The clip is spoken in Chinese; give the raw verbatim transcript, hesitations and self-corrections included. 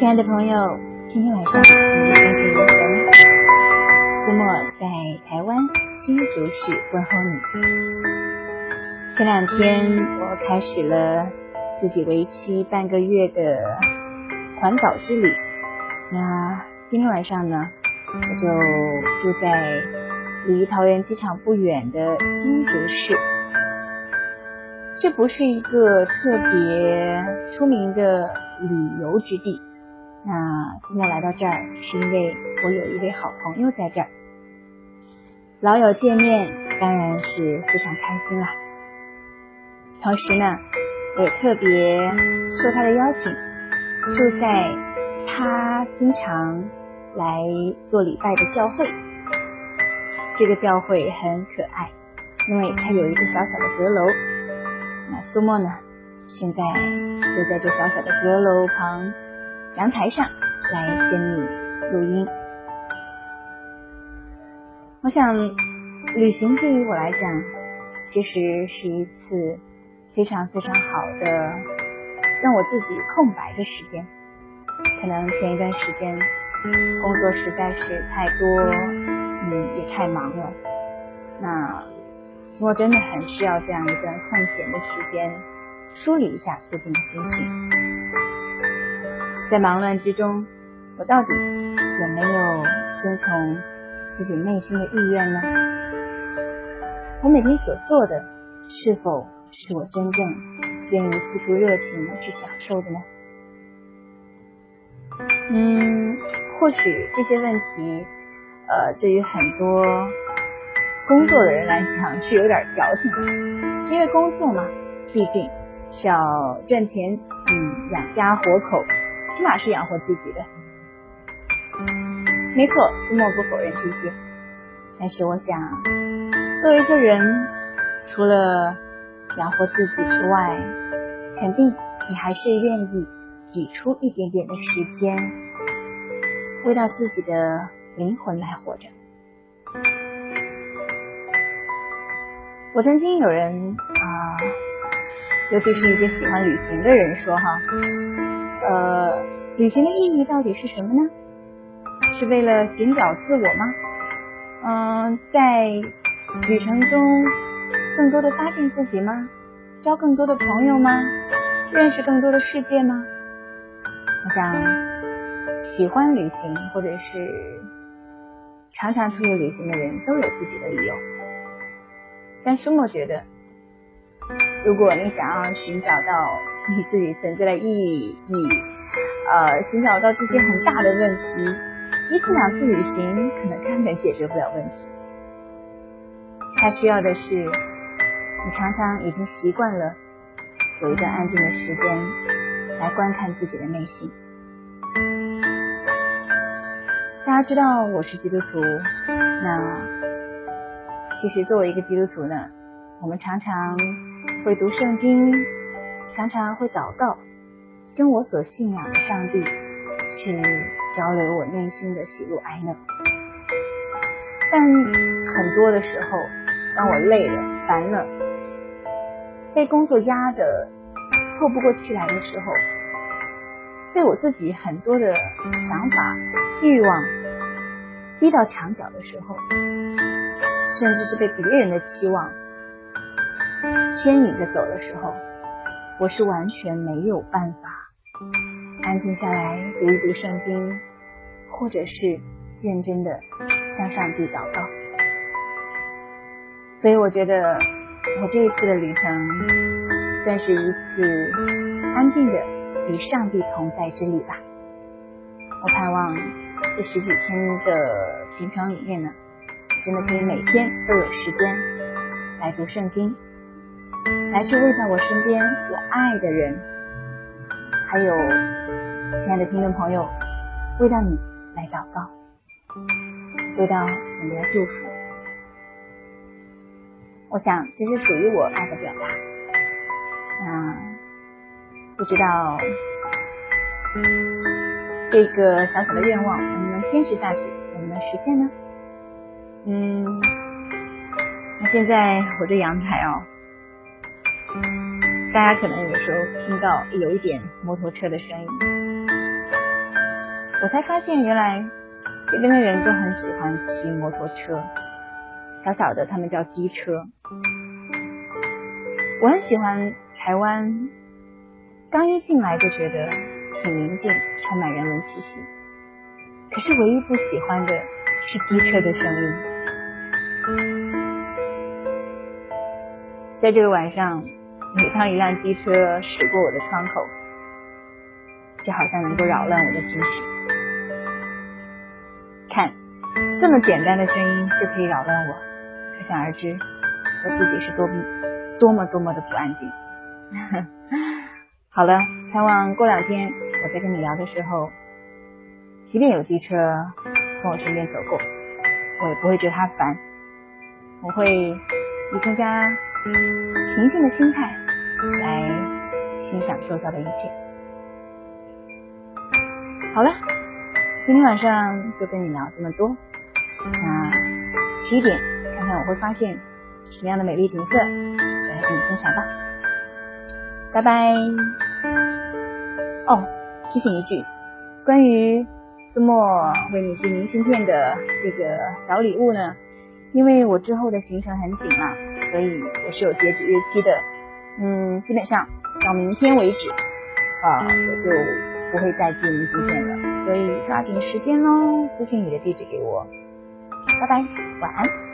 亲爱的朋友，今天晚上你的心情如何呢？苏沫在台湾新竹市问候你。前两天我开始了自己为期半个月的环岛之旅，那今天晚上呢，我就住在离桃园机场不远的新竹市。这不是一个特别出名的旅游之地，那苏沫来到这儿是因为我有一位好朋友在这儿，老友见面当然是非常开心啦。同时呢，我也特别受他的邀请，住在他经常来做礼拜的教会。这个教会很可爱，因为它有一个小小的阁楼。那苏沫呢，现在就在这小小的阁楼旁阳台上来跟你录音。我想旅行对于我来讲，其实是一次非常非常好的让我自己空白的时间。可能前一段时间工作实在是太多，嗯，也太忙了。那苏沫真的很需要这样一段空闲的时间，梳理一下最近的心情。在忙乱之中，我到底有没有遵从自己内心的意愿呢？我每天所做的，是否是我真正愿意付出热情去享受的呢？嗯，或许这些问题，呃，对于很多工作的人来讲是有点矫情的，因为工作嘛，毕竟是要挣钱，嗯，养家活口，起码是养活自己的。没错，苏沫不否认这些，但是我想，作为一个人，除了养活自己之外，肯定你还是愿意挤出一点点的时间，为到自己的灵魂来活着。我曾经有人啊、呃，尤其是一些喜欢旅行的人说哈，呃，旅行的意义到底是什么呢？是为了寻找自我吗？嗯、呃，在旅程中更多的发现自己吗？交更多的朋友吗？认识更多的世界吗？我想喜欢旅行或者是常常出去旅行的人都有自己的理由，但苏沫觉得，如果你想要寻找到你自己存在的意义，呃，寻找到这些很大的问题，一次两次旅行可能根本解决不了问题。它需要的是你常常已经习惯了有一段安静的时间来观看自己的内心。大家知道我是基督徒，那其实作为一个基督徒呢，我们常常会读圣经，常常会祷告，跟我所信仰的上帝去交流我内心的喜怒哀乐。但很多的时候，当我累了、烦了，被工作压得透不过气来的时候，被我自己很多的想法、欲望逼到墙角的时候，甚至是被别人的期望牵引着走的时候，我是完全没有办法安静下来读一读圣经，或者是认真的向上帝祷告。所以我觉得我这一次的旅程算是一次安静的与上帝同在之旅吧。我盼望这十几天的行程里面呢，真的可以每天都有时间来读圣经，来去为到我身边我爱的人，还有亲爱的听众朋友，为到你来祷告，为到你们来祝福。我想这是属于我爱的表达。那不知道这个小小的愿望能不能坚持下去，能不能实现呢？嗯，那现在我这阳台哦，大家可能有时候听到有一点摩托车的声音， 我才发现原来这边的人都很喜欢骑摩托车，小小的他们叫机车。我很喜欢台湾，刚一进来就觉得挺宁静，充满人文气息，可是唯一不喜欢的是机车的声音。在这个晚上，每当一辆机车驶过我的窗口，就好像能够扰乱我的心绪。看，这么简单的声音就可以扰乱我，可想而知我自己是多多么多么的不安定。好了，盼望过两天我在跟你聊的时候，即便有机车从我身边走过，我也不会觉得它烦，我会以更加平静的心态来欣赏周遭的一切。好了，今天晚上就跟你聊这么多，那七点看看我会发现什么样的美丽景色，再来跟你分享吧。拜拜。哦，提醒一句，关于思默为你寄明信片的这个小礼物呢，因为我之后的行程很紧嘛，所以我是有截止日期的。嗯，基本上到明天为止，啊、呃，我就不会再寄明信片了，所以抓紧时间咯，私信你的地址给我。拜拜，晚安。